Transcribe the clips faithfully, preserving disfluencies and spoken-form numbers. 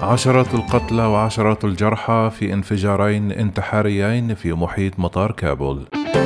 عشرات القتلى وعشرات الجرحى في انفجارين انتحاريين في محيط مطار كابول.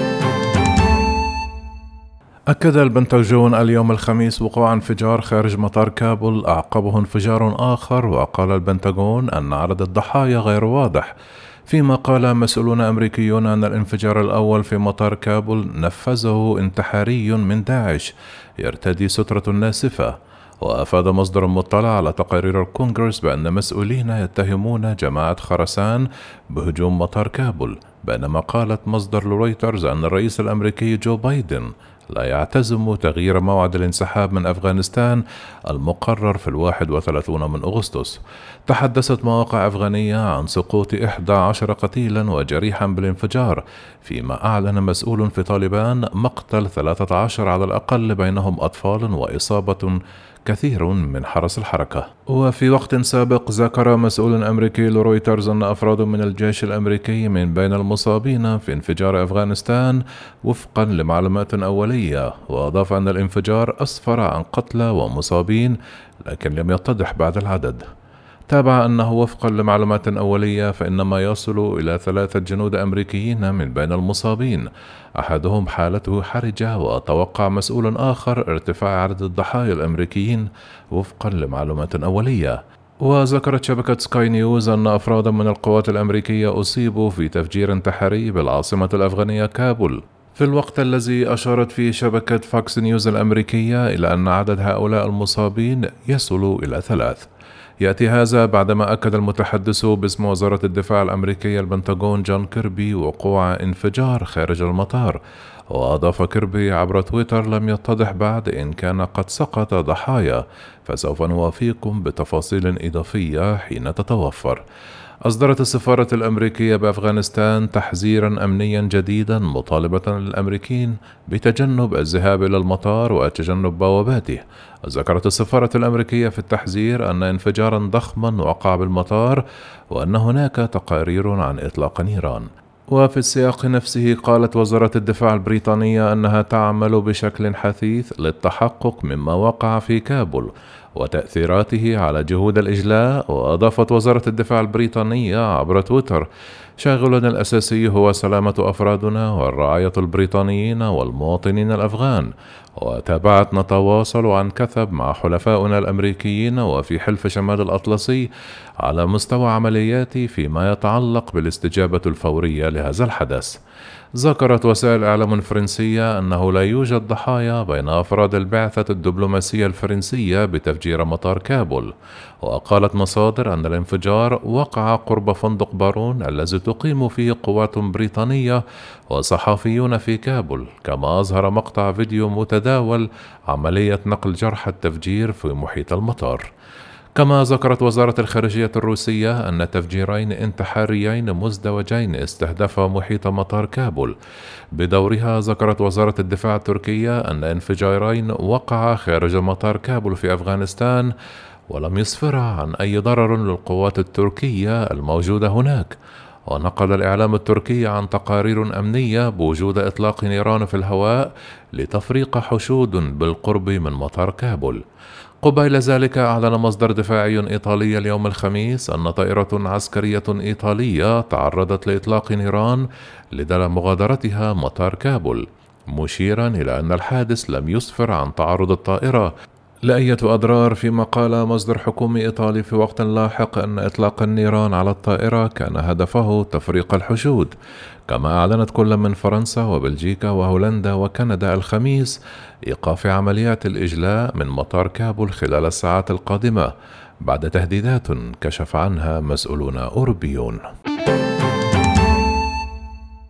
أكد البنتاغون اليوم الخميس وقوع انفجار خارج مطار كابول أعقبه انفجار آخر، وقال البنتاغون أن عدد الضحايا غير واضح، فيما قال مسؤولون أمريكيون أن الانفجار الأول في مطار كابول نفذه انتحاري من داعش يرتدي سترة ناسفة. وأفاد مصدر مطلع على تقارير الكونغرس بأن مسؤولين يتهمون جماعة خرسان بهجوم مطار كابول، بينما قالت مصدر لرويترز أن الرئيس الأمريكي جو بايدن لا يعتزم تغيير موعد الانسحاب من أفغانستان المقرر في الواحد وثلاثين من أغسطس. تحدثت مواقع أفغانية عن سقوط إحدى عشر قتيلا وجريحا بالانفجار، فيما أعلن مسؤول في طالبان مقتل ثلاثة عشر على الأقل، بينهم أطفال وإصابة كثير من حرس الحركة. وفي وقت سابق ذكر مسؤول أمريكي لرويترز أن أفراد من الجيش الأمريكي من بين المصابين في انفجار أفغانستان وفقا لمعلومات أولية، وأضاف أن الانفجار أسفر عن قتلى ومصابين لكن لم يتضح بعد العدد. تابع أنه وفقا لمعلومات أولية فإن ما يصل إلى ثلاثة جنود أمريكيين من بين المصابين، أحدهم حالته حرجة، وتوقع مسؤول آخر ارتفاع عدد الضحايا الأمريكيين وفقا لمعلومات أولية. وذكرت شبكة سكاي نيوز أن أفرادا من القوات الأمريكية أصيبوا في تفجير انتحاري بالعاصمة الأفغانية كابول، في الوقت الذي أشارت فيه شبكة فاكس نيوز الأمريكية إلى أن عدد هؤلاء المصابين يصل إلى ثلاث. يأتي هذا بعدما أكد المتحدث باسم وزارة الدفاع الأمريكية البنتاغون جون كيربي وقوع انفجار خارج المطار. وأضاف كيربي عبر تويتر: لم يتضح بعد إن كان قد سقط ضحايا، فسوف نوافيكم بتفاصيل إضافية حين تتوفر. أصدرت السفارة الأمريكية بأفغانستان تحذيرا أمنيا جديدا مطالبة الأمريكيين بتجنب الذهاب إلى المطار وتجنب بواباته. ذكرت السفارة الأمريكية في التحذير أن انفجارا ضخما وقع بالمطار، وأن هناك تقارير عن إطلاق نيران. وفي السياق نفسه قالت وزارة الدفاع البريطانية أنها تعمل بشكل حثيث للتحقق مما وقع في كابول وتأثيراته على جهود الإجلاء. وأضافت وزارة الدفاع البريطانية عبر تويتر: شاغلنا الأساسي هو سلامة أفرادنا والرعاية البريطانيين والمواطنين الأفغان. وتابعت: نتواصل عن كثب مع حلفائنا الأمريكيين وفي حلف شمال الأطلسي على مستوى عملياتي فيما يتعلق بالاستجابة الفورية لهذا الحدث. ذكرت وسائل إعلام فرنسية أنه لا يوجد ضحايا بين أفراد البعثة الدبلوماسية الفرنسية بتفجير مطار كابول. وقالت مصادر أن الانفجار وقع قرب فندق بارون الذي تقيم فيه قوات بريطانية وصحفيون في كابول، كما أظهر مقطع فيديو متداول عملية نقل جرحى التفجير في محيط المطار. كما ذكرت وزارة الخارجية الروسية أن تفجيرين انتحاريين مزدوجين استهدفا محيط مطار كابول. بدورها ذكرت وزارة الدفاع التركية أن انفجارين وقعا خارج مطار كابول في أفغانستان ولم يسفرا عن أي ضرر للقوات التركية الموجودة هناك. ونقل الإعلام التركي عن تقارير أمنية بوجود إطلاق نيران في الهواء لتفريق حشود بالقرب من مطار كابول. قبيل ذلك أعلن مصدر دفاعي إيطالي اليوم الخميس أن طائرة عسكرية إيطالية تعرضت لإطلاق نيران لدى مغادرتها مطار كابول، مشيرا إلى أن الحادث لم يسفر عن تعرض الطائرة لأية أضرار، فيما قال مصدر حكومي إيطالي في وقت لاحق أن إطلاق النيران على الطائرة كان هدفه تفريق الحشود. كما أعلنت كل من فرنسا وبلجيكا وهولندا وكندا الخميس إيقاف عمليات الإجلاء من مطار كابول خلال الساعات القادمة بعد تهديدات كشف عنها مسؤولون أوروبيون.